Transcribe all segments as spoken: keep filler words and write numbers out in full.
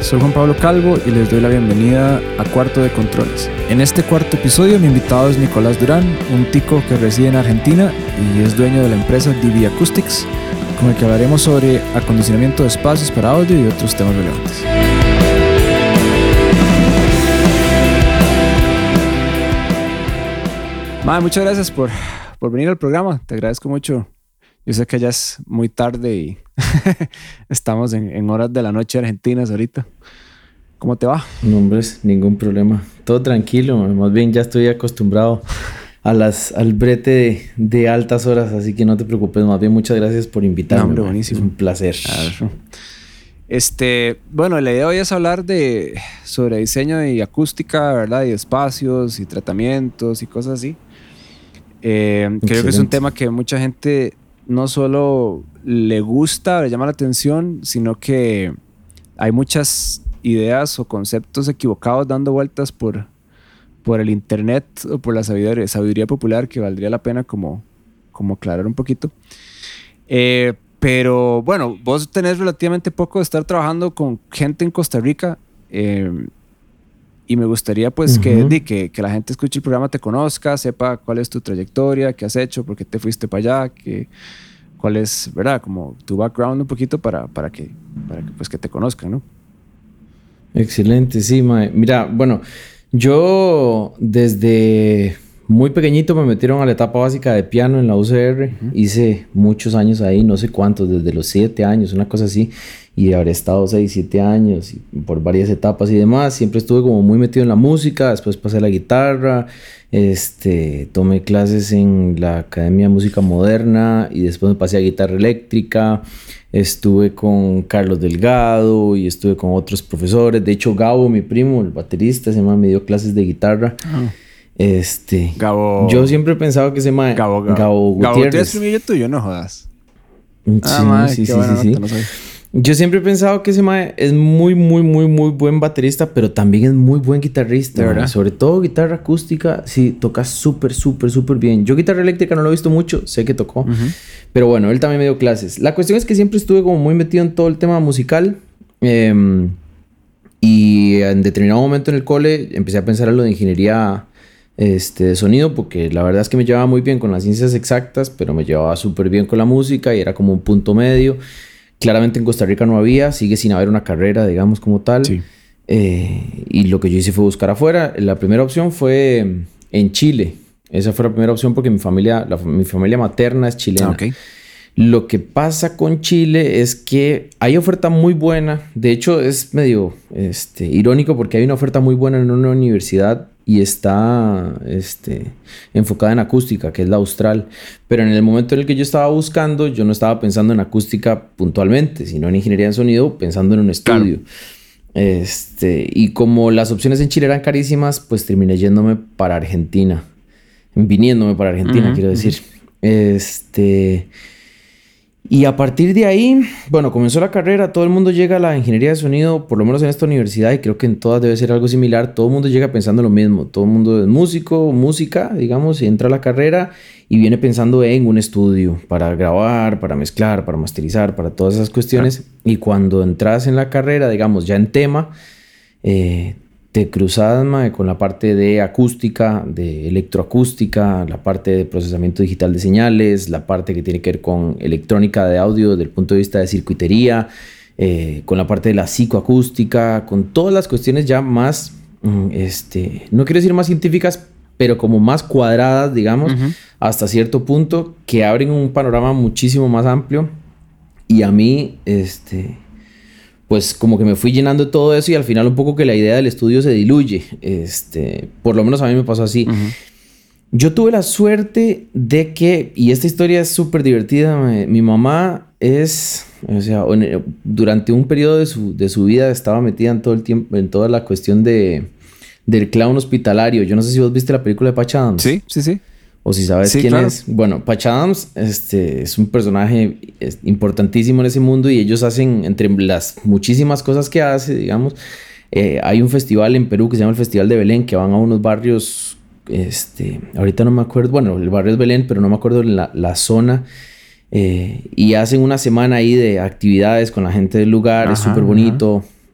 soy Juan Pablo Calvo y les doy la bienvenida a Cuarto de Controles. En este cuarto episodio mi invitado es Nicolás Durán, un tico que reside en Argentina y es dueño de la empresa D V Acoustics, con el que hablaremos sobre acondicionamiento de espacios para audio y otros temas relevantes. Mae, muchas gracias por, por venir al programa, te agradezco mucho. Yo sé que ya es muy tarde y estamos en, en horas de la noche argentinas ahorita. ¿Cómo te va? No, hombre, ningún problema. Todo tranquilo, más bien ya estoy acostumbrado a las, al brete de, de altas horas, así que no te preocupes. Más bien, muchas gracias por invitarme. No, hombre, buenísimo. Es un placer. Claro. Este, bueno, la idea hoy es hablar de, sobre diseño y acústica, ¿verdad? Y espacios y tratamientos y cosas así. Eh, creo que es un tema que mucha gente no solo le gusta, le llama la atención, sino que hay muchas ideas o conceptos equivocados dando vueltas por, por el internet o por la sabiduría, sabiduría popular que valdría la pena como, como aclarar un poquito. Eh, pero bueno, vos tenés relativamente poco de estar trabajando con gente en Costa Rica eh, y me gustaría pues uh-huh. que, que, que la gente escuche el programa, te conozca, sepa cuál es tu trayectoria, qué has hecho, por qué te fuiste para allá, que, cuál es, ¿verdad? Como tu background un poquito para, para, que, para que, pues, que te conozcan, ¿no? Excelente, sí, mae. Mira, bueno, yo desde muy pequeñito me metieron a la etapa básica de piano en la U C R. Uh-huh. Hice muchos años ahí, no sé cuántos, desde los siete años, una cosa así. Y habré estado seis, siete años y por varias etapas y demás. Siempre estuve como muy metido en la música. Después pasé a la guitarra. Este, tomé clases en la Academia de Música Moderna y después me pasé a guitarra eléctrica. Estuve con Carlos Delgado y estuve con otros profesores. De hecho, Gabo, mi primo, el baterista, ese man me dio clases de guitarra. Oh. Este, Gabo. Yo siempre he pensado que ese man... Gabo, Gabo. Gabo Gutiérrez. Gabo, ¿tú eres primillo tuyo? No jodas. Sí, ah, man, sí, sí, sí, sí. No Yo siempre he pensado que ese mae es muy, muy, muy, muy buen baterista, pero también es muy buen guitarrista. ¿De verdad? Sobre todo guitarra acústica, sí, toca súper, súper, súper bien. Yo guitarra eléctrica no lo he visto mucho, sé que tocó. Uh-huh. Pero bueno, él también me dio clases. La cuestión es que siempre estuve como muy metido en todo el tema musical. Eh, y en determinado momento en el cole empecé a pensar en lo de ingeniería este, de sonido, porque la verdad es que me llevaba muy bien con las ciencias exactas, pero me llevaba súper bien con la música y era como un punto medio. Claramente en Costa Rica no había, sigue sin haber una carrera, digamos, como tal. Sí. Eh, y lo que yo hice fue buscar afuera. La primera opción fue en Chile. Esa fue la primera opción porque mi familia, la, mi familia materna es chilena. Ah, okay. Lo que pasa con Chile es que hay oferta muy buena. De hecho, es medio este, irónico porque hay una oferta muy buena en una universidad y está este, enfocada en acústica, que es la Austral. Pero en el momento en el que yo estaba buscando, yo no estaba pensando en acústica puntualmente, sino en ingeniería de sonido, pensando en un estudio. Claro. Este, y como las opciones en Chile eran carísimas, pues terminé yéndome para Argentina. Viniéndome para Argentina, uh-huh, quiero decir. Uh-huh. Este... Y a partir de ahí, bueno, comenzó la carrera, todo el mundo llega a la ingeniería de sonido, por lo menos en esta universidad, y creo que en todas debe ser algo similar, todo el mundo llega pensando lo mismo, todo el mundo es músico, música, digamos, y entra a la carrera y viene pensando en un estudio para grabar, para mezclar, para masterizar, para todas esas cuestiones, ah. Y cuando entras en la carrera, digamos, ya en tema, eh, te cruzas mae, con la parte de acústica, de electroacústica, la parte de procesamiento digital de señales, la parte que tiene que ver con electrónica de audio desde el punto de vista de circuitería, eh, con la parte de la psicoacústica, con todas las cuestiones ya más, este, no quiero decir más científicas, pero como más cuadradas, digamos, uh-huh. hasta cierto punto, que abren un panorama muchísimo más amplio. Y a mí, este... pues como que me fui llenando de todo eso y al final un poco que la idea del estudio se diluye. Este, por lo menos a mí me pasó así. Uh-huh. Yo tuve la suerte de que, y esta historia es súper divertida, me, mi mamá es, o sea, durante un periodo de su, de su vida estaba metida en todo el tiempo, en toda la cuestión de, del clown hospitalario. Yo no sé si vos viste la película de Patch Adams. Sí, sí, sí. O si sabes sí, quién claro. es. Bueno, Patch Adams este, es un personaje importantísimo en ese mundo y ellos hacen, entre las muchísimas cosas que hace, digamos, eh, hay un festival en Perú que se llama el Festival de Belén, que van a unos barrios, este, ahorita no me acuerdo, bueno, el barrio es Belén, pero no me acuerdo la, la zona, eh, y hacen una semana ahí de actividades con la gente del lugar, ajá, es súper bonito.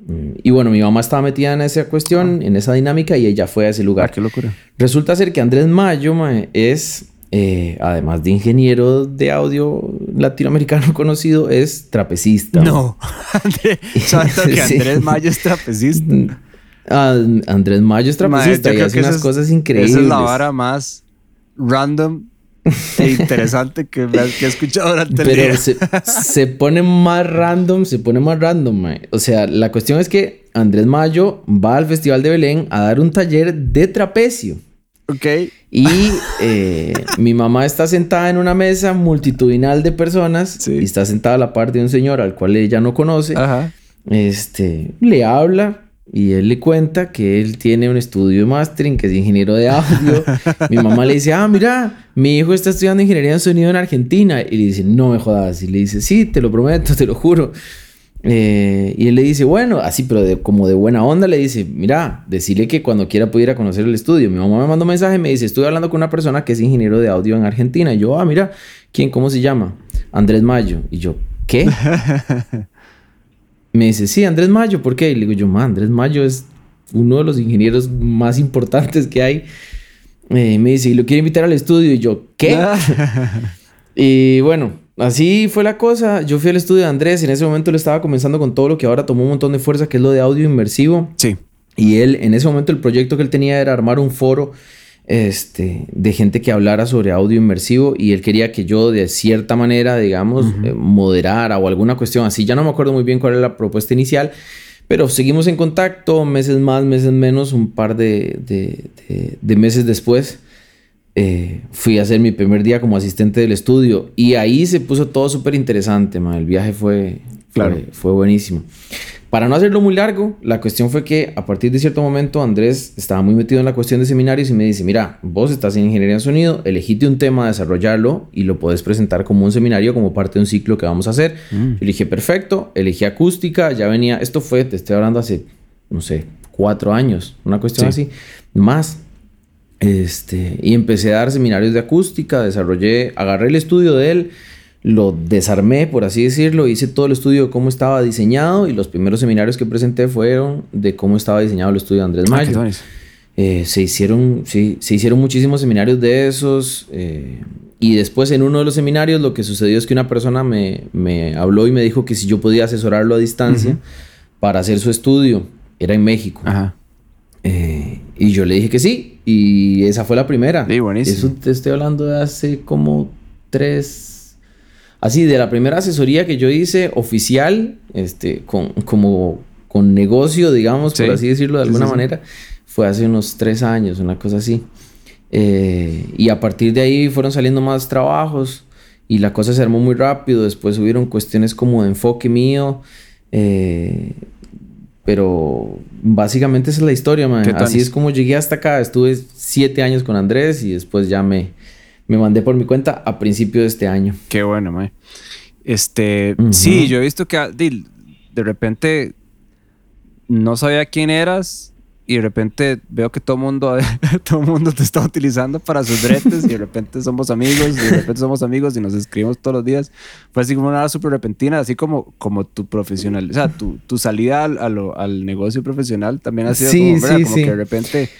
Y bueno, mi mamá estaba metida en esa cuestión, ah. en esa dinámica, y ella fue a ese lugar. Ah, qué locura. Resulta ser que Andrés Mayo, mae, es, eh, además de ingeniero de audio latinoamericano conocido, es trapecista. No. ¿Sabes que Andrés Mayo es trapecista? Uh, Andrés Mayo es trapecista mae, y hace unas es, cosas increíbles. Esa es la vara más random e interesante que, que he escuchado durante el Pero día. Se, se pone más random, se pone más random, mae. O sea, la cuestión es que Andrés Mayo va al Festival de Belén a dar un taller de trapecio. Ok. Y eh, mi mamá está sentada en una mesa multitudinal de personas, sí. y está sentada a la par de un señor al cual ella no conoce. Ajá. Este, le habla y él le cuenta que él tiene un estudio de mastering, que es ingeniero de audio. Mi mamá le dice, ah, mira, mi hijo está estudiando ingeniería de sonido en Argentina. Y le dice, no me jodas. Y le dice, sí, te lo prometo, te lo juro. Eh, y él le dice, bueno, así, pero de, como de buena onda, le dice, mira, decirle que cuando quiera puede ir a conocer el estudio. Mi mamá me mandó un mensaje y me dice, estoy hablando con una persona que es ingeniero de audio en Argentina. Y yo, ah, mira, ¿quién? ¿Cómo se llama? Andrés Mayo. Y yo, ¿qué? Me dice, sí, Andrés Mayo, ¿por qué? Y le digo yo, ma, Andrés Mayo es uno de los ingenieros más importantes que hay. Eh, me dice, y lo quiere invitar al estudio. Y yo, ¿qué? Y bueno, así fue la cosa. Yo fui al estudio de Andrés. En ese momento él estaba comenzando con todo lo que ahora tomó un montón de fuerza, que es lo de audio inmersivo. Sí. Y él, en ese momento, el proyecto que él tenía era armar un foro este, de gente que hablara sobre audio inmersivo, y él quería que yo de cierta manera, digamos, uh-huh. eh, moderara o alguna cuestión así. Ya no me acuerdo muy bien cuál era la propuesta inicial, pero seguimos en contacto meses más, meses menos. Un par de, de, de, de meses después eh, fui a hacer mi primer día como asistente del estudio, y ahí se puso todo súper interesante, man. El viaje fue, claro. fue, fue buenísimo. Para no hacerlo muy largo, la cuestión fue que a partir de cierto momento Andrés estaba muy metido en la cuestión de seminarios y me dice, mira, vos estás en ingeniería de sonido, elegiste un tema, desarrollarlo y lo podés presentar como un seminario, como parte de un ciclo que vamos a hacer. Mm. Yo le dije, perfecto, elegí acústica, ya venía, esto fue, te estoy hablando hace, no sé, cuatro años, una cuestión sí. así, más. Este, y empecé a dar seminarios de acústica, desarrollé, agarré el estudio de él, lo desarmé, por así decirlo, hice todo el estudio de cómo estaba diseñado, y los primeros seminarios que presenté fueron de cómo estaba diseñado el estudio de Andrés Mayo. Ah, eh, se hicieron, sí, se hicieron muchísimos seminarios de esos, eh, y después en uno de los seminarios lo que sucedió es que una persona me, me habló y me dijo que si yo podía asesorarlo a distancia uh-huh. para hacer su estudio. Era en México. Ajá. Eh, y yo le dije que sí, y esa fue la primera. Sí, buenísimo. Eso te estoy hablando de hace como tres... Así, de la primera asesoría que yo hice oficial, este, con, como con negocio, digamos, sí. por así decirlo de alguna sí, sí, manera, sí. fue hace unos tres años, una cosa así. Eh, y a partir de ahí fueron saliendo más trabajos y la cosa se armó muy rápido. Después hubieron cuestiones como de enfoque mío, eh, pero básicamente esa es la historia, man. Así es como llegué hasta acá. Estuve siete años con Andrés y después ya me... Me mandé por mi cuenta a principio de este año. Qué bueno, mae. Este... Uh-huh. Sí, yo he visto que de, de repente no sabía quién eras y de repente veo que todo mundo, todo mundo te está utilizando para sus bretes y de repente somos amigos y de repente somos amigos y nos escribimos todos los días. Fue así como una hora súper repentina, así como, como tu profesional... O sea, tu, tu salida al, al, al negocio profesional también ha sido sí, como, ¿verdad? Sí, como sí. que de repente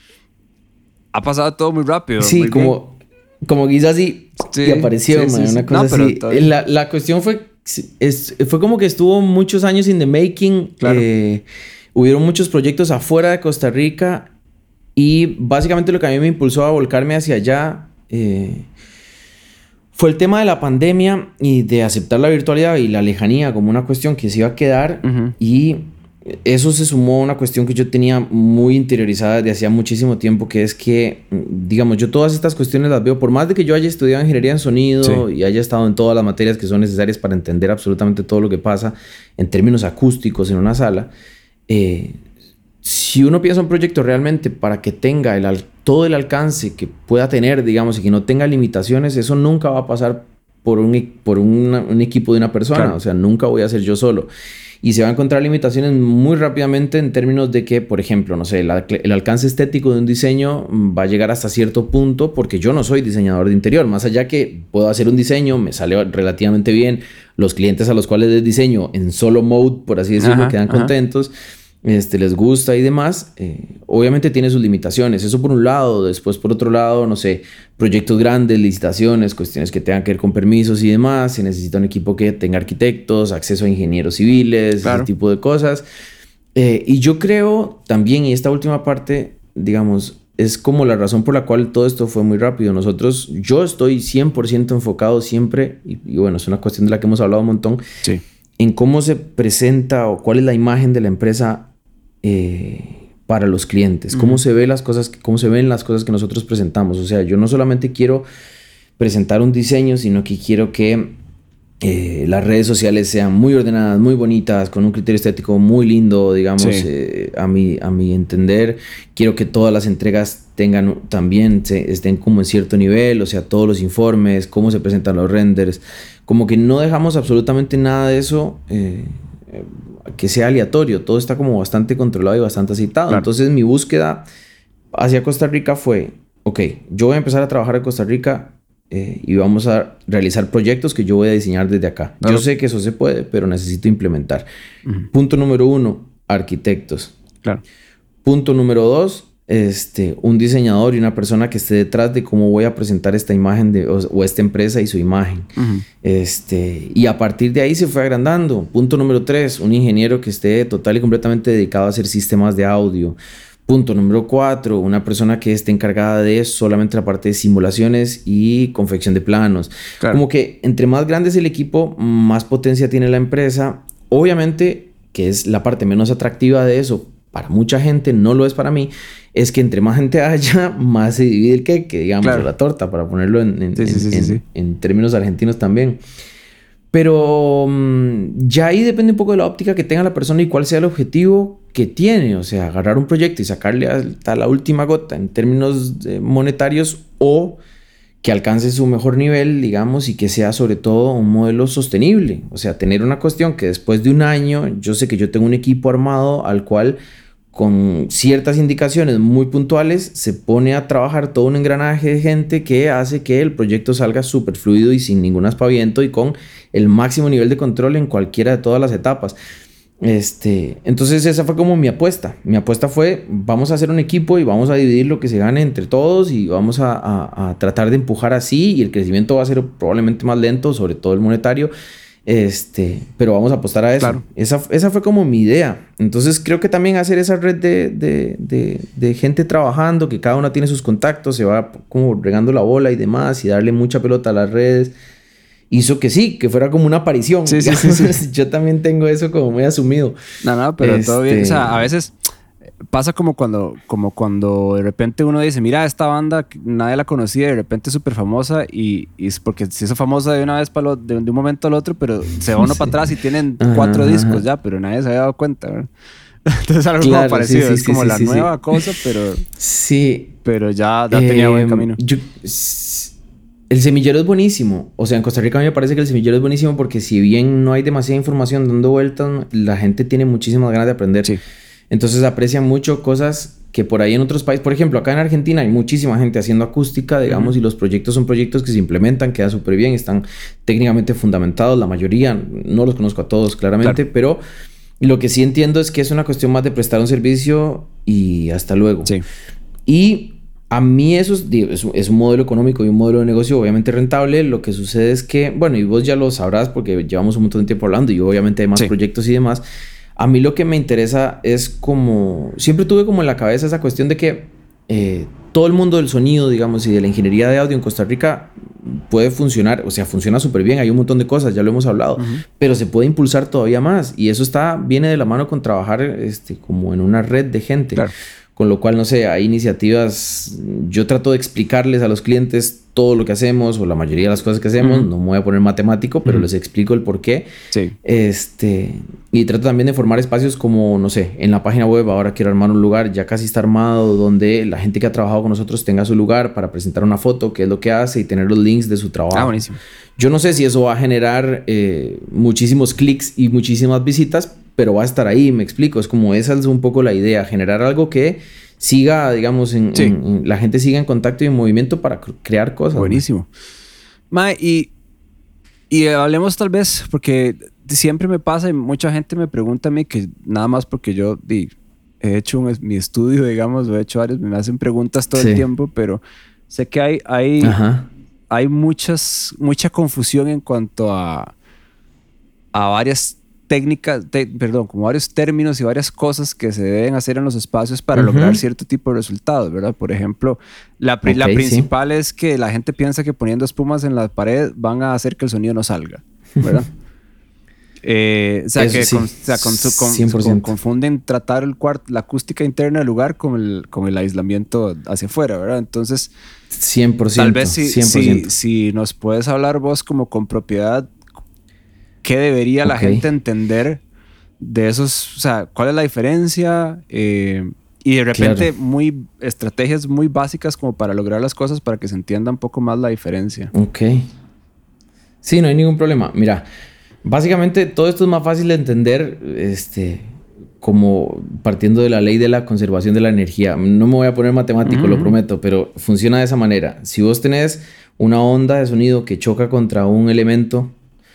ha pasado todo muy rápido. Sí, muy como... bien. Como guisa así sí, y apareció, sí, man, sí, una cosa no, así. Todavía... La, la cuestión fue, es, fue como que estuvo muchos años in the making. Claro. Eh, hubieron muchos proyectos afuera de Costa Rica y básicamente lo que a mí me impulsó a volcarme hacia allá eh, fue el tema de la pandemia y de aceptar la virtualidad y la lejanía como una cuestión que se iba a quedar. Uh-huh. Y eso se sumó a una cuestión que yo tenía muy interiorizada desde hacía muchísimo tiempo, que es que, digamos, yo todas estas cuestiones las veo, por más de que yo haya estudiado ingeniería en sonido sí. y haya estado en todas las materias que son necesarias para entender absolutamente todo lo que pasa en términos acústicos en una sala, eh, si uno piensa un proyecto realmente para que tenga el, todo el alcance que pueda tener, digamos, y que no tenga limitaciones, eso nunca va a pasar por un, por una, un equipo de una persona. Claro. O sea, nunca voy a ser yo solo. y se va a encontrar limitaciones muy rápidamente en términos de que, por ejemplo, no sé, el, el alcance estético de un diseño va a llegar hasta cierto punto porque yo no soy diseñador de interior, más allá que puedo hacer un diseño, me sale relativamente bien, los clientes a los cuales les diseño en solo mode, por así decirlo, ajá, quedan ajá. contentos. Este, les gusta y demás, eh, obviamente tiene sus limitaciones. Eso por un lado. Después por otro lado, no sé, proyectos grandes, licitaciones, cuestiones que tengan que ver con permisos y demás. Se necesita un equipo que tenga arquitectos, acceso a ingenieros civiles, claro. ese tipo de cosas. Eh, y yo creo también, y esta última parte, digamos, es como la razón por la cual todo esto fue muy rápido. Nosotros, yo estoy cien por ciento enfocado siempre, y, y bueno, es una cuestión de la que hemos hablado un montón, sí. en cómo se presenta o cuál es la imagen de la empresa eh, para los clientes, uh-huh. cómo se ve las cosas, cómo se ven las cosas que nosotros presentamos. O sea, yo no solamente quiero presentar un diseño, sino que quiero que eh, las redes sociales sean muy ordenadas, muy bonitas, con un criterio estético muy lindo, digamos, sí. eh, a mi, a mi entender. Quiero que todas las entregas tengan también, se, estén como en cierto nivel, o sea, todos los informes, cómo se presentan los renders, como que no dejamos absolutamente nada de eso eh, eh, que sea aleatorio. Todo está como bastante controlado y bastante aceitado. Claro. Entonces mi búsqueda hacia Costa Rica fue, ok, yo voy a empezar a trabajar en Costa Rica eh, y vamos a realizar proyectos que yo voy a diseñar desde acá. Claro. Yo sé que eso se puede, pero necesito implementar. Uh-huh. Punto número uno, arquitectos. Claro. Punto número dos, este, un diseñador y una persona que esté detrás de cómo voy a presentar esta imagen de, o, o esta empresa y su imagen. Uh-huh. Este, y a partir de ahí se fue agrandando. Punto número tres, un ingeniero que esté total y completamente dedicado a hacer sistemas de audio. Punto número cuatro, una persona que esté encargada de solamente la parte de simulaciones y confección de planos. Claro. Como que entre más grande es el equipo, más potencia tiene la empresa. Obviamente, que es la parte menos atractiva de eso, para mucha gente, no lo es para mí, es que entre más gente haya, más se divide el queque, digamos, claro. la torta, para ponerlo en, en, sí, sí, sí, en, sí. en términos argentinos también. Pero um, ya ahí depende un poco de la óptica que tenga la persona y cuál sea el objetivo que tiene. O sea, agarrar un proyecto y sacarle hasta la última gota en términos eh, monetarios, o que alcance su mejor nivel, digamos, y que sea sobre todo un modelo sostenible. O sea, tener una cuestión que después de un año, yo sé que yo tengo un equipo armado al cual, con ciertas indicaciones muy puntuales, se pone a trabajar todo un engranaje de gente que hace que el proyecto salga súper fluido y sin ningún aspaviento y con el máximo nivel de control en cualquiera de todas las etapas. Este, entonces esa fue como mi apuesta. Mi apuesta fue, vamos a hacer un equipo y vamos a dividir lo que se gane entre todos y vamos a, a, a tratar de empujar así, y el crecimiento va a ser probablemente más lento, sobre todo el monetario. Este, pero vamos a apostar a eso. Claro. Esa, esa fue como mi idea. Entonces creo que también hacer esa red de, de, de, de gente trabajando, que cada una tiene sus contactos, se va como regando la bola y demás, y darle mucha pelota a las redes, hizo que sí, que fuera como una aparición. Sí, sí, sí, sí. Yo también tengo eso como muy asumido. No, no, pero este... todo bien. O sea, a veces pasa como cuando, como cuando de repente uno dice, mira, esta banda nadie la conocía, de repente es súper famosa, y, y es porque se hizo famosa de una vez para lo, de, de un momento al otro, pero se va uno sí. para atrás y tienen ajá, cuatro ajá. discos ya, pero nadie se había dado cuenta, ¿verdad? Entonces algo claro, como parecido, sí, sí, es como sí, la sí, nueva sí. cosa, pero sí, pero ya, ya eh, tenía buen camino. Yo, el semillero es buenísimo. O sea, en Costa Rica a mí me parece que el semillero es buenísimo porque si bien no hay demasiada información dando vueltas, la gente tiene muchísimas ganas de aprender. Sí. Entonces aprecian mucho cosas que por ahí en otros países, por ejemplo, acá en Argentina hay muchísima gente haciendo acústica, digamos, uh-huh. y los proyectos son proyectos que se implementan, quedan súper bien, están técnicamente fundamentados, la mayoría, no los conozco a todos claramente, claro. pero lo que sí entiendo es que es una cuestión más de prestar un servicio y hasta luego. Sí. Y a mí eso es, es, es un modelo económico y un modelo de negocio obviamente rentable. Lo que sucede es que, bueno, y vos ya lo sabrás porque llevamos un montón de tiempo hablando y obviamente hay más sí. proyectos y demás. A mí lo que me interesa es como... Siempre tuve como en la cabeza esa cuestión de que eh, todo el mundo del sonido, digamos, y de la ingeniería de audio en Costa Rica puede funcionar. O sea, funciona súper bien. Hay un montón de cosas, ya lo hemos hablado. Uh-huh. Pero se puede impulsar todavía más. Y eso está viene de la mano con trabajar este, como en una red de gente. Claro. Con lo cual, no sé, hay iniciativas... Yo trato de explicarles a los clientes todo lo que hacemos o la mayoría de las cosas que hacemos. Uh-huh. No me voy a poner matemático, pero uh-huh. les explico el por qué. Sí. Este, y trato también de formar espacios como, no sé, en la página web. Ahora quiero armar un lugar, ya casi está armado, donde la gente que ha trabajado con nosotros tenga su lugar para presentar una foto, qué es lo que hace y tener los links de su trabajo. Ah, buenísimo. Yo no sé si eso va a generar eh, muchísimos clics y muchísimas visitas, pero va a estar ahí, me explico. Es como esa es un poco la idea, generar algo que siga, digamos, en, sí. en, en la gente siga en contacto y en movimiento para crear cosas. Buenísimo. Ma, y, y hablemos tal vez, porque siempre me pasa y mucha gente me pregunta a mí que nada más porque yo di, he hecho un, mi estudio, digamos, lo he hecho varios, me hacen preguntas todo sí. el tiempo, pero sé que hay, hay, hay muchas, mucha confusión en cuanto a, a varias técnicas, te, perdón, como varios términos y varias cosas que se deben hacer en los espacios para uh-huh. lograr cierto tipo de resultados, ¿verdad? Por ejemplo, la, okay, la principal sí. es que la gente piensa que poniendo espumas en la pared van a hacer que el sonido no salga, ¿verdad? eh, o sea, Eso que sí. con, o sea, con, con, con, confunden tratar el cuarto, la acústica interna del lugar con el, con el aislamiento hacia afuera, ¿verdad? Entonces, cien por ciento, tal vez si, cien por ciento. si, si nos puedes hablar vos como con propiedad, ¿qué debería okay. la gente entender de esos? O sea, ¿cuál es la diferencia? Eh, y de repente, claro. muy estrategias muy básicas como para lograr las cosas para que se entienda un poco más la diferencia. Ok. Sí, no hay ningún problema. Mira, básicamente todo esto es más fácil de entender este, como partiendo de la ley de la conservación de la energía. No me voy a poner matemático, uh-huh. lo prometo, pero funciona de esa manera. Si vos tenés una onda de sonido que choca contra un elemento,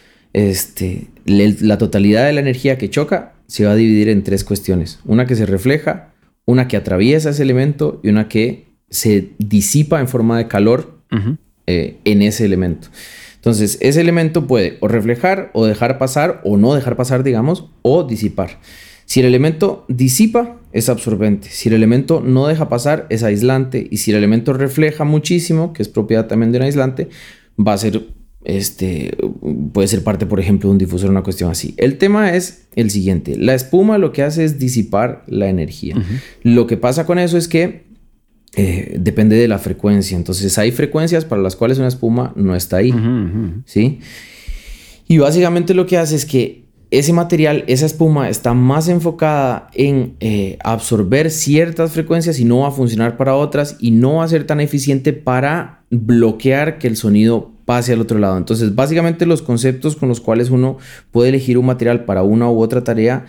Este, la totalidad de la energía que choca se va a dividir en tres cuestiones. Una que se refleja, una que atraviesa ese elemento y una que se disipa en forma de calor uh-huh. eh, en ese elemento. Entonces, ese elemento puede o reflejar o dejar pasar o no dejar pasar, digamos, o disipar. Si el elemento disipa, es absorbente. Si el elemento no deja pasar, es aislante. Y si el elemento refleja muchísimo, que es propiedad también de un aislante, va a ser... Este, puede ser parte, por ejemplo, de un difusor, una cuestión así. El tema es el siguiente. La espuma lo que hace es disipar la energía. Uh-huh. Lo que pasa con eso es que eh, depende de la frecuencia. Entonces hay frecuencias para las cuales una espuma no está ahí. Uh-huh, uh-huh. ¿Sí? Y básicamente lo que hace es que ese material, esa espuma está más enfocada en eh, absorber ciertas frecuencias y no va a funcionar para otras y no va a ser tan eficiente para bloquear que el sonido pase al otro lado. Entonces, básicamente los conceptos con los cuales uno puede elegir un material para una u otra tarea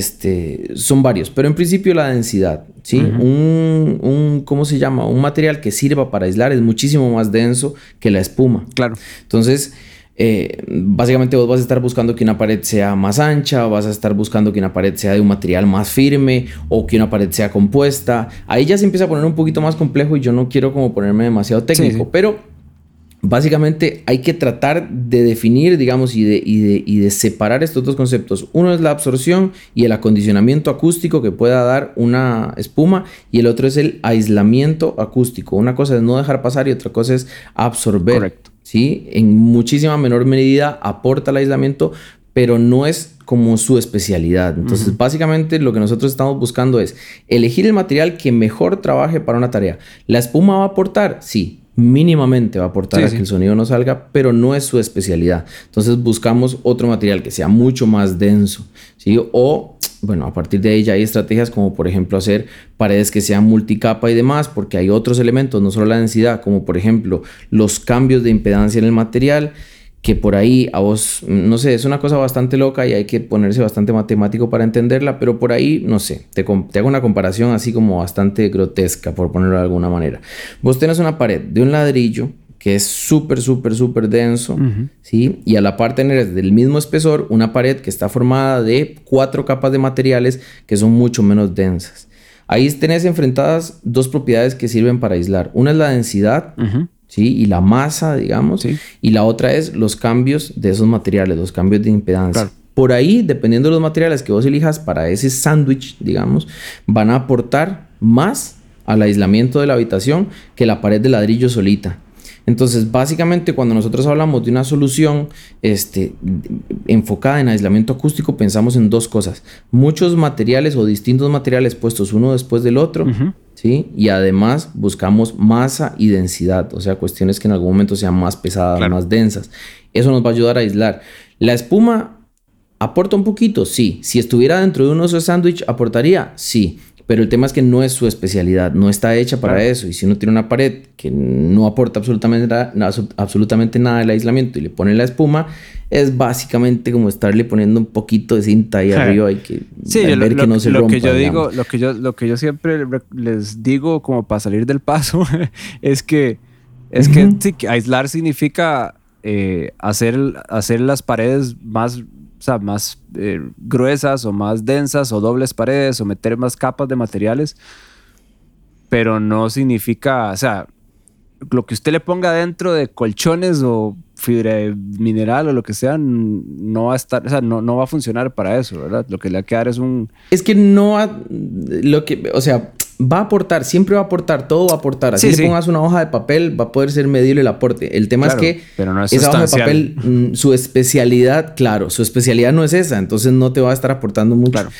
este, son varios, pero en principio la densidad, ¿sí? Uh-huh. Un, un, ¿cómo se llama? Un material que sirva para aislar es muchísimo más denso que la espuma. Claro. Entonces, Eh, básicamente vos vas a estar buscando que una pared sea más ancha, vas a estar buscando que una pared sea de un material más firme o que una pared sea compuesta. Ahí ya se empieza a poner un poquito más complejo y yo no quiero como ponerme demasiado técnico, sí, sí. pero básicamente hay que tratar de definir, digamos, y de, y, de, y de separar estos dos conceptos. Uno es la absorción y el acondicionamiento acústico que pueda dar una espuma, y el otro es el aislamiento acústico. Una cosa es no dejar pasar y otra cosa es absorber. Correcto. ¿Sí? En muchísima menor medida aporta el aislamiento, pero no es como su especialidad. Entonces, uh-huh. básicamente lo que nosotros estamos buscando es elegir el material que mejor trabaje para una tarea. ¿La espuma va a aportar? Sí. Mínimamente va a aportar sí, a sí. que el sonido no salga, pero no es su especialidad. Entonces buscamos otro material que sea mucho más denso, ¿sí? O, bueno, a partir de ahí ya hay estrategias como, por ejemplo, hacer paredes que sean multicapa y demás, porque hay otros elementos, no solo la densidad, como por ejemplo los cambios de impedancia en el material, que por ahí a vos, no sé, es una cosa bastante loca y hay que ponerse bastante matemático para entenderla, pero por ahí, no sé, te, te hago una comparación así como bastante grotesca, por ponerlo de alguna manera. Vos tenés una pared de un ladrillo que es súper, súper, súper denso, uh-huh. ¿sí? Y a la par tenés del mismo espesor una pared que está formada de cuatro capas de materiales que son mucho menos densas. Ahí tenés enfrentadas dos propiedades que sirven para aislar. Una es la densidad, uh-huh. ¿sí? Y la masa, digamos. Sí. Y la otra es los cambios de esos materiales, los cambios de impedancia. Claro. Por ahí, dependiendo de los materiales que vos elijas para ese sándwich, digamos, van a aportar más al aislamiento de la habitación que la pared de ladrillo solita. Entonces, básicamente, cuando nosotros hablamos de una solución este, enfocada en aislamiento acústico, pensamos en dos cosas. Muchos materiales o distintos materiales puestos uno después del otro, uh-huh. ¿sí? Y además buscamos masa y densidad, o sea, cuestiones que en algún momento sean más pesadas, claro. más densas. Eso nos va a ayudar a aislar. La espuma aporta un poquito, sí. Si estuviera dentro de un oso de sándwich, ¿aportaría? Sí. pero el tema es que no es su especialidad, no está hecha para claro. eso. Y si uno tiene una pared que no aporta absolutamente, nada, absolutamente nada del aislamiento y le pone la espuma, es básicamente como estarle poniendo un poquito de cinta ahí claro. arriba y que sí, ver lo, que no se lo rompa. Que yo digo, lo, que yo, lo que yo siempre les digo como para salir del paso es que, es uh-huh. que, sí, que aislar significa eh, hacer, hacer las paredes más... O sea, más eh, gruesas o más densas o dobles paredes o meter más capas de materiales, pero no significa, o sea, lo que usted le ponga dentro de colchones o fibra mineral o lo que sea, no va a estar, o sea, no, no va a funcionar para eso, ¿verdad? Lo que le va a quedar es un... Es que no va, lo que, o sea... Va a aportar, siempre va a aportar, todo va a aportar. Así sí, le sí. pongas una hoja de papel, va a poder ser medible el aporte. El tema claro, es que pero no es esa hoja de papel, mm, su especialidad, claro, su especialidad no es esa, entonces no te va a estar aportando mucho. Claro.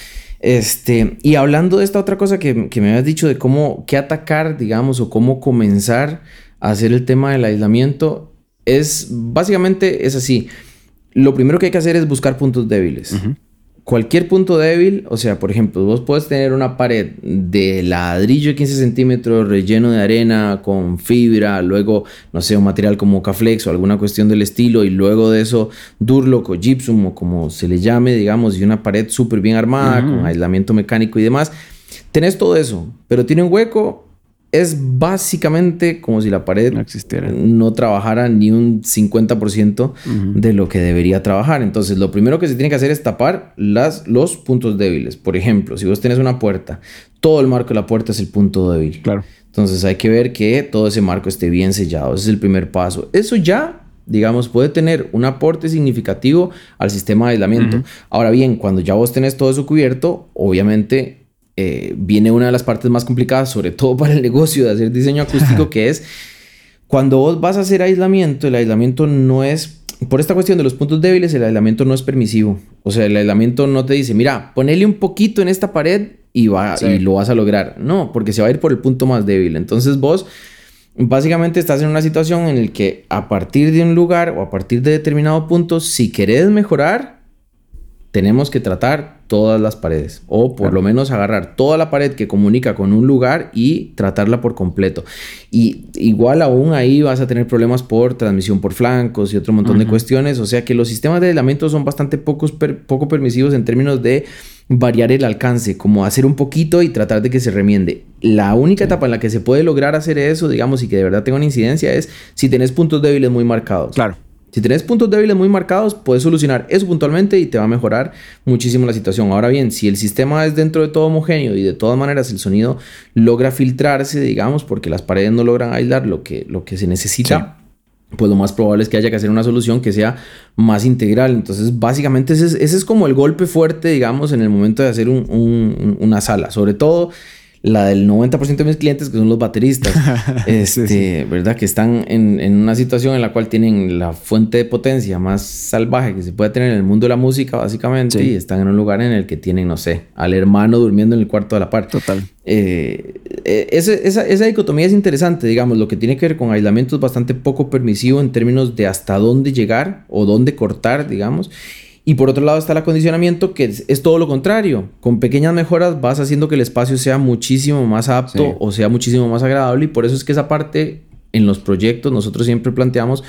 Este, y hablando de esta otra cosa que, que me habías dicho de cómo, qué atacar, digamos, o cómo comenzar a hacer el tema del aislamiento, es básicamente es así. Lo primero que hay que hacer es buscar puntos débiles. Uh-huh. Cualquier punto débil, o sea, por ejemplo, vos puedes tener una pared de ladrillo de quince centímetros relleno de arena con fibra, luego, no sé, un material como Caflex o alguna cuestión del estilo, y luego de eso Durlock o Gypsum o como se le llame, digamos, y una pared súper bien armada, uh-huh. con aislamiento mecánico y demás. Tenés todo eso, pero tiene un hueco. Es básicamente como si la pared no existiera, no trabajara ni un cincuenta por ciento uh-huh. de lo que debería trabajar. Entonces, lo primero que se tiene que hacer es tapar las, los puntos débiles. Por ejemplo, si vos tenés una puerta, todo el marco de la puerta es el punto débil. Claro. Entonces, hay que ver que todo ese marco esté bien sellado. Ese es el primer paso. Eso ya, digamos, puede tener un aporte significativo al sistema de aislamiento. Uh-huh. Ahora bien, cuando ya vos tenés todo eso cubierto, obviamente... Eh, viene una de las partes más complicadas, sobre todo para el negocio de hacer diseño acústico, que es cuando vos vas a hacer aislamiento, el aislamiento no es, por esta cuestión de los puntos débiles, el aislamiento no es permisivo. O sea, el aislamiento no te dice, mira, ponele un poquito en esta pared y, va, sí. y lo vas a lograr. No, porque se va a ir por el punto más débil. Entonces vos básicamente estás en una situación en la que a partir de un lugar o a partir de determinado punto, si querés mejorar, tenemos que tratar todas las paredes o por claro. lo menos agarrar toda la pared que comunica con un lugar y tratarla por completo. Y igual aún ahí vas a tener problemas por transmisión por flancos y otro montón uh-huh. de cuestiones. O sea que los sistemas de aislamiento son bastante pocos per, poco permisivos en términos de variar el alcance, como hacer un poquito y tratar de que se remiende. La única etapa en la que se puede lograr hacer eso, digamos, y que de verdad tenga una incidencia es si tenés puntos débiles muy marcados. Claro. Si tenés puntos débiles muy marcados, puedes solucionar eso puntualmente y te va a mejorar muchísimo la situación. Ahora bien, si el sistema es dentro de todo homogéneo y de todas maneras el sonido logra filtrarse, digamos, porque las paredes no logran aislar lo que, lo que se necesita, sí. pues lo más probable es que haya que hacer una solución que sea más integral. Entonces, básicamente ese es, ese es como el golpe fuerte, digamos, en el momento de hacer un, un, una sala. Sobre todo... la del noventa por ciento de mis clientes, que son los bateristas, este, sí, sí. ¿verdad? Que están en, en una situación en la cual tienen la fuente de potencia más salvaje que se puede tener en el mundo de la música, básicamente, sí. y están en un lugar en el que tienen, no sé, al hermano durmiendo en el cuarto de la par. Total. Eh, ese, esa, esa dicotomía es interesante, digamos, lo que tiene que ver con aislamiento es bastante poco permisivo en términos de hasta dónde llegar o dónde cortar, digamos. Y por otro lado está el acondicionamiento, que es, es todo lo contrario. Con pequeñas mejoras vas haciendo que el espacio sea muchísimo más apto sí. o sea muchísimo más agradable. Y por eso es que esa parte en los proyectos nosotros siempre planteamos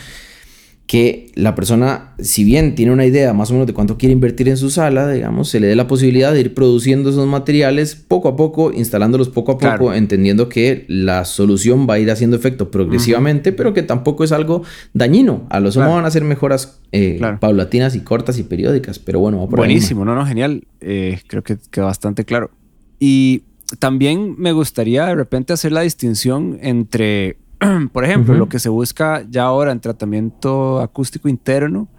que la persona, si bien tiene una idea más o menos de cuánto quiere invertir en su sala, digamos, se le dé la posibilidad de ir produciendo esos materiales poco a poco, instalándolos poco a poco, claro. entendiendo que la solución va a ir haciendo efecto progresivamente, uh-huh. pero que tampoco es algo dañino. A lo sumo claro. van a ser mejoras eh, claro. paulatinas y cortas y periódicas, pero bueno, va por buenísimo, no, no, genial. Eh, creo que quedó bastante claro. Y también me gustaría de repente hacer la distinción entre... Por ejemplo, uh-huh. lo que se busca ya ahora en tratamiento acústico interno,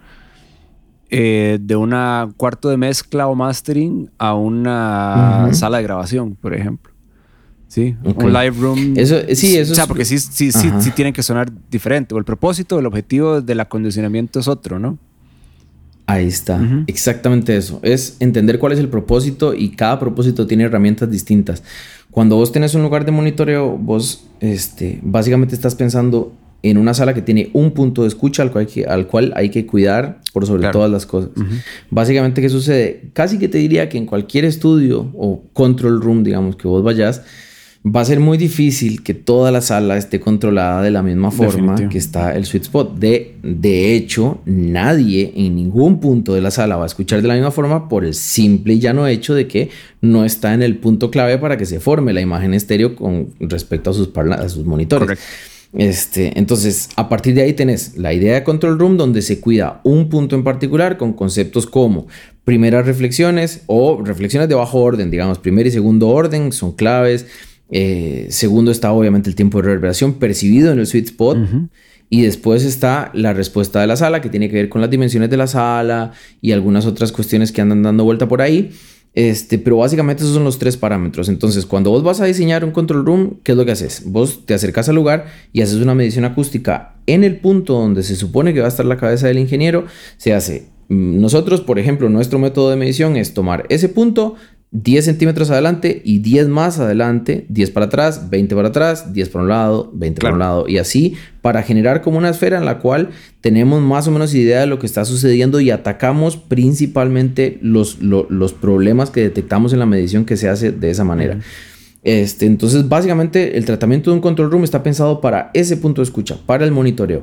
eh, de un cuarto de mezcla o mastering a una uh-huh. sala de grabación, por ejemplo. Sí, okay. un live room. Eso, sí, eso o sea, porque sí, sí, sí, sí tienen que sonar diferente. O el propósito, el objetivo del acondicionamiento es otro, ¿no? Ahí está, uh-huh. exactamente eso. Es entender cuál es el propósito y cada propósito tiene herramientas distintas. Cuando vos tenés un lugar de monitoreo, vos este, básicamente estás pensando en una sala que tiene un punto de escucha al cual hay que, al cual hay que cuidar por sobre claro. todas las cosas. Uh-huh. Básicamente, ¿qué sucede? Casi que te diría que en cualquier estudio o control room, digamos, que vos vayas, va a ser muy difícil que toda la sala esté controlada de la misma forma Definitivo. que está el sweet spot. De, de hecho, nadie en ningún punto de la sala va a escuchar de la misma forma por el simple y llano hecho de que no está en el punto clave para que se forme la imagen estéreo con respecto a sus, parla- a sus monitores. Correcto. Este, entonces, a partir de ahí tenés la idea de control room donde se cuida un punto en particular con conceptos como primeras reflexiones o reflexiones de bajo orden, digamos, primer y segundo orden son claves. Eh, segundo está obviamente el tiempo de reverberación percibido en el sweet spot. Uh-huh. Y después está la respuesta de la sala, que tiene que ver con las dimensiones de la sala y algunas otras cuestiones que andan dando vuelta por ahí. Este, pero básicamente esos son los tres parámetros. Entonces, cuando vos vas a diseñar un control room, ¿qué es lo que haces? Vos te acercas al lugar y haces una medición acústica en el punto donde se supone que va a estar la cabeza del ingeniero. Se hace. Nosotros, por ejemplo, nuestro método de medición es tomar ese punto, diez centímetros adelante y diez más adelante, diez para atrás, veinte para atrás, diez para un lado, veinte claro. para un lado y así para generar como una esfera en la cual tenemos más o menos idea de lo que está sucediendo y atacamos principalmente los, lo, los problemas que detectamos en la medición que se hace de esa manera. Uh-huh. Este, entonces, básicamente el tratamiento de un control room está pensado para ese punto de escucha, para el monitoreo.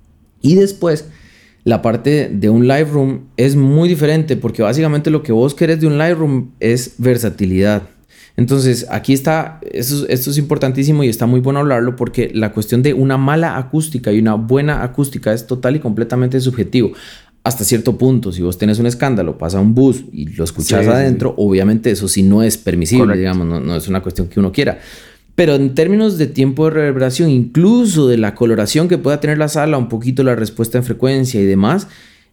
Y después la parte de un live room es muy diferente porque básicamente lo que vos querés de un live room es versatilidad. Entonces aquí está, esto, esto es importantísimo y está muy bueno hablarlo porque la cuestión de una mala acústica y una buena acústica es total y completamente subjetivo. Hasta cierto punto, si vos tenés un escándalo, pasa un bus y lo escuchás sí, adentro, sí, sí. obviamente eso sí no es permisible, Correcto. digamos, no, no es una cuestión que uno quiera. Pero en términos de tiempo de reverberación, incluso de la coloración que pueda tener la sala, un poquito la respuesta en frecuencia y demás,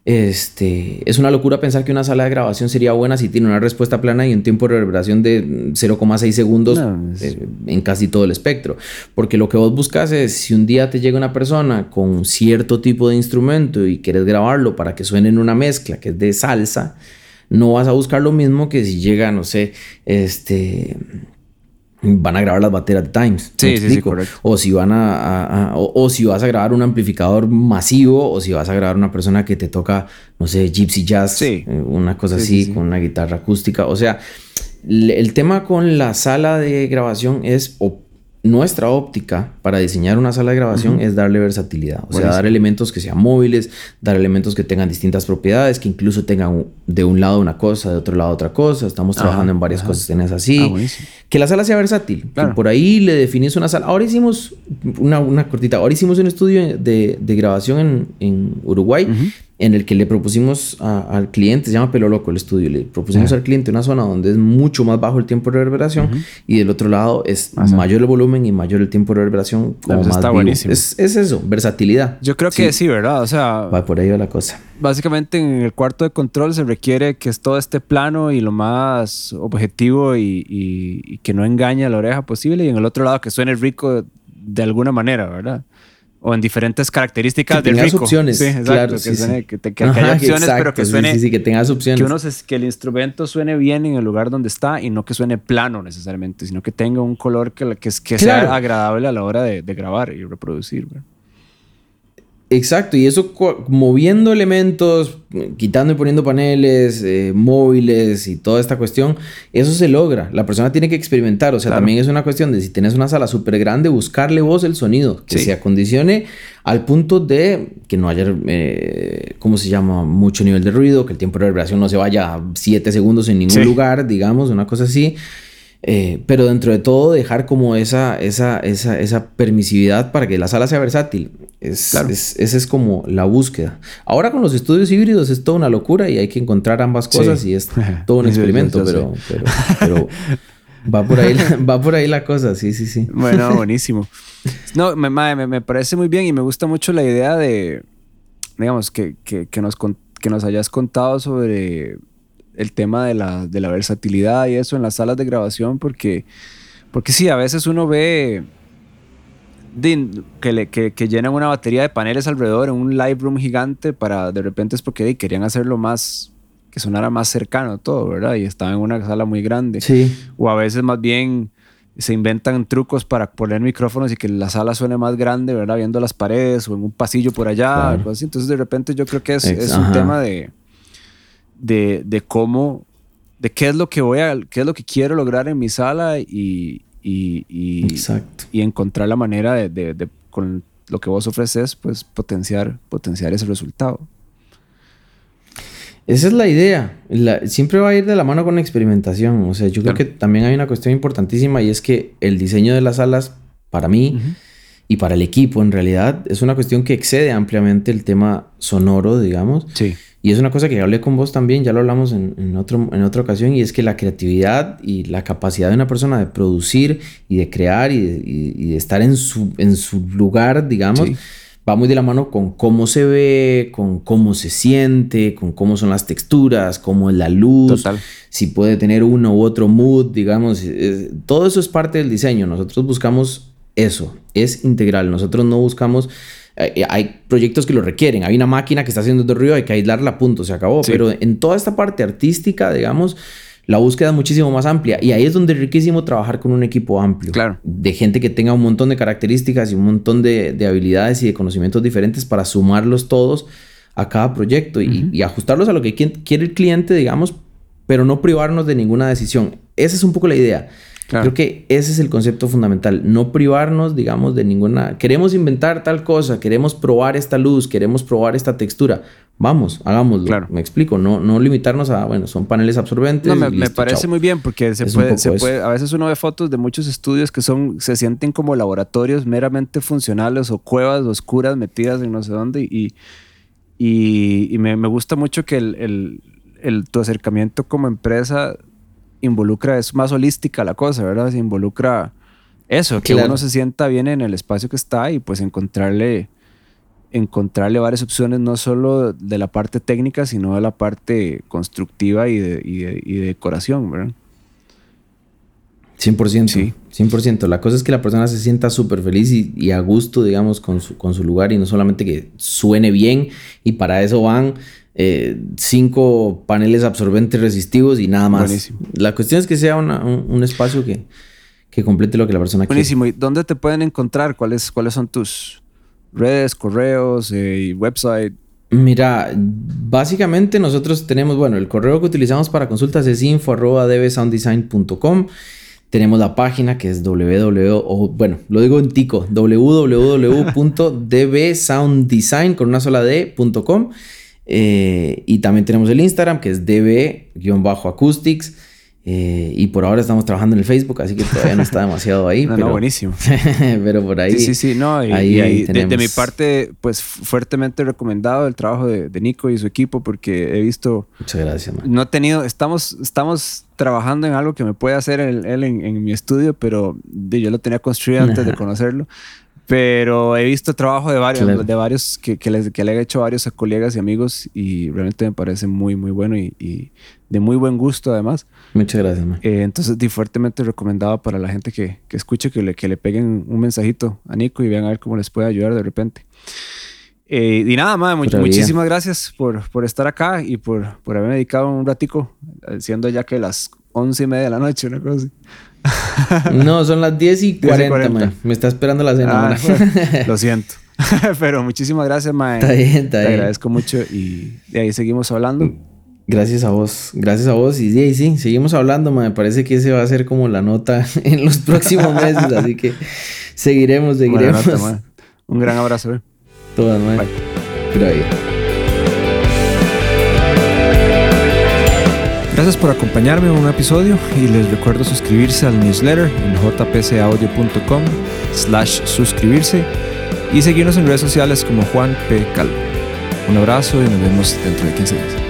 este, es una locura pensar que una sala de grabación sería buena si tiene una respuesta plana y un tiempo de reverberación de cero coma seis segundos no, es... eh, en casi todo el espectro. Porque lo que vos buscas es, si un día te llega una persona con cierto tipo de instrumento y quieres grabarlo para que suene en una mezcla que es de salsa, no vas a buscar lo mismo que si llega, no sé, este... van a grabar las bateras de Times. Sí, sí, sí, correcto. O si van a, a, a o, o si vas a grabar un amplificador masivo, o si vas a grabar una persona que te toca, no sé, gypsy jazz, sí. una cosa sí, así, sí, sí. con una guitarra acústica. O sea, el tema con la sala de grabación es, o nuestra óptica para diseñar una sala de grabación uh-huh. es darle versatilidad. O Buenísimo. sea, dar elementos que sean móviles, dar elementos que tengan distintas propiedades, que incluso tengan de un lado una cosa, de otro lado otra cosa. Estamos ajá, trabajando en varias ajá. cosas en así. Ah, que la sala sea versátil. Claro. Que por ahí le definís una sala. Ahora hicimos una, una cortita. Ahora hicimos un estudio de, de grabación en, en Uruguay. Uh-huh. En el que le propusimos a, al cliente, se llama Pelo Loco el estudio, le propusimos uh-huh. al cliente una zona donde es mucho más bajo el tiempo de reverberación uh-huh. y del otro lado es uh-huh. mayor el volumen y mayor el tiempo de reverberación. Como más está vivo. Buenísimo. Es, es eso, versatilidad. Yo creo que sí, sí, ¿verdad? O sea... Va por ahí va la cosa. Básicamente en el cuarto de control se requiere que todo esté plano y lo más objetivo y, y, y que no engañe a la oreja posible, y en el otro lado que suene rico de, de alguna manera, ¿verdad? O en diferentes características que de rico. opciones, sí, exacto, claro. Que, sí, suene, sí. que, te, que, Ajá, que haya opciones, exacto, pero que suene... Sí, sí, sí, que tengas opciones. Que, uno se, que el instrumento suene bien en el lugar donde está y no que suene plano necesariamente, sino que tenga un color que, que, que claro. sea agradable a la hora de, de grabar y reproducir, ¿verdad? Exacto, y eso moviendo elementos, quitando y poniendo paneles, eh, móviles y toda esta cuestión, eso se logra. La persona tiene que experimentar, o sea, claro. también es una cuestión de si tienes una sala súper grande, buscarle vos el sonido, que sí. se acondicione al punto de que no haya, eh, ¿cómo se llama? Mucho nivel de ruido, que el tiempo de reverberación no se vaya siete segundos en ningún sí. lugar, digamos, una cosa así. Eh, pero dentro de todo dejar como esa, esa, esa, esa permisividad para que la sala sea versátil. Es, claro. es, esa es como la búsqueda. Ahora con los estudios híbridos es toda una locura y hay que encontrar ambas cosas sí. y es todo un experimento, pero, pero, pero va por ahí, va por ahí la cosa, sí, sí, sí. Bueno, buenísimo. No, me, me, me parece muy bien y me gusta mucho la idea de, digamos, que, que, que, nos, que nos hayas contado sobre... el tema de la, de la versatilidad y eso en las salas de grabación, porque, porque sí, a veces uno ve de, que, le, que, que llenan una batería de paneles alrededor en un live room gigante para de repente es porque de, querían hacerlo más, que sonara más cercano todo, ¿verdad? Y estaba en una sala muy grande. Sí. O a veces más bien se inventan trucos para poner micrófonos y que la sala suene más grande, ¿verdad? Viendo las paredes o en un pasillo por allá. Claro. Algo así. Entonces, de repente, yo creo que es, es un tema de, de, de cómo, de qué es lo que voy a, qué es lo que quiero lograr en mi sala y, y, y, Exacto. y encontrar la manera de, de, de, con lo que vos ofreces, pues potenciar, potenciar ese resultado. Esa es la idea. La, siempre va a ir de la mano con la experimentación. O sea, yo claro. creo que también hay una cuestión importantísima y es que el diseño de las salas, para mí uh-huh. y para el equipo, en realidad, es una cuestión que excede ampliamente el tema sonoro, digamos. Sí. Y es una cosa que hablé con vos también, ya lo hablamos en, en, otro, en otra ocasión, y es que la creatividad y la capacidad de una persona de producir y de crear y de, y, y de estar en su, en su lugar, digamos... Sí. Va muy de la mano con cómo se ve, con cómo se siente, con cómo son las texturas, cómo es la luz, Total. Si puede tener uno u otro mood, digamos. Es, todo eso es parte del diseño. Nosotros buscamos eso, es integral. Nosotros no buscamos... Eh, hay proyectos que lo requieren. Hay una máquina que está haciendo de ruido, hay que aislarla, punto, se acabó. Sí. Pero en toda esta parte artística, digamos... La búsqueda es muchísimo más amplia y ahí es donde es riquísimo trabajar con un equipo amplio. Claro. De gente que tenga un montón de características y un montón de, de habilidades y de conocimientos diferentes para sumarlos todos a cada proyecto y, uh-huh. y ajustarlos a lo que quiere el cliente, digamos, pero no privarnos de ninguna decisión. Esa es un poco la idea. Claro. Creo que ese es el concepto fundamental. No privarnos, digamos, de ninguna... Queremos inventar tal cosa, queremos probar esta luz, queremos probar esta textura. Vamos, hagámoslo. Claro. Me explico. No, no limitarnos a, bueno, son paneles absorbentes. No, me, listo, me parece chao. Muy bien porque se, puede, se puede... A veces uno ve fotos de muchos estudios que son, se sienten como laboratorios meramente funcionales o cuevas oscuras metidas en no sé dónde y, y, y me, me gusta mucho que el, el, el, tu acercamiento como empresa... involucra, es más holística la cosa, ¿verdad? Se involucra eso, que claro. uno se sienta bien en el espacio que está y pues encontrarle, encontrarle varias opciones, no solo de la parte técnica, sino de la parte constructiva y de, y de, y de decoración, ¿verdad? cien por ciento. Sí. cien por ciento. La cosa es que la persona se sienta súper feliz y, y a gusto, digamos, con su, con su lugar y no solamente que suene bien y para eso van... Eh, cinco paneles absorbentes resistivos y nada más. Buenísimo. La cuestión es que sea una, un, un espacio que, que complete lo que la persona Buenísimo. quiere. ¿Y dónde te pueden encontrar? ¿Cuáles, cuáles son tus redes, correos eh, y website? Mira, básicamente nosotros tenemos, bueno, el correo que utilizamos para consultas es info arroba d b sound design punto com. Tenemos la página que es www, o bueno, lo digo en tico, w w w punto d b sound design con una sola d punto com. Eh, y también tenemos el Instagram que es db-acoustics eh, y por ahora estamos trabajando en el Facebook, así que todavía no está demasiado ahí. no, pero, no, buenísimo. Pero por ahí. Sí, sí, sí. No, y, ahí, y, ahí de, de mi parte, pues fuertemente recomendado el trabajo de, de Nico y su equipo porque he visto. Muchas gracias, man. No he tenido. Estamos, estamos trabajando en algo que me puede hacer él, él en, en mi estudio, pero yo lo tenía construido antes de conocerlo. Pero he visto trabajo de varios, claro. de varios que, que, les, que le he hecho a varios colegas y amigos y realmente me parece muy, muy bueno y, y de muy buen gusto además. Muchas gracias, man. Eh, entonces, di fuertemente recomendado para la gente que, que escuche, que le, que le peguen un mensajito a Nico y vean a ver cómo les puede ayudar de repente. Eh, y nada, man, much, muchísimas gracias por, por estar acá y por, por haberme dedicado un ratico, siendo ya que las once y media de la noche, una cosa así. No, son las diez y cuarenta, man. Me está esperando la cena. Ah, bueno, lo siento. Pero muchísimas gracias, man. Está bien, está Te bien. agradezco mucho y de ahí seguimos hablando. Gracias a vos. Gracias a vos. Y sí, sí, seguimos hablando, man. Me parece que ese va a ser como la nota en los próximos meses. Así que seguiremos, seguiremos. Nota, man. Un gran abrazo, eh. Todas, man. Bye. Gracias. Gracias por acompañarme en un episodio y les recuerdo suscribirse al newsletter en j p c audio punto com slash suscribirse y seguirnos en redes sociales como Juan P. Calvo. Un abrazo y nos vemos dentro de quince días.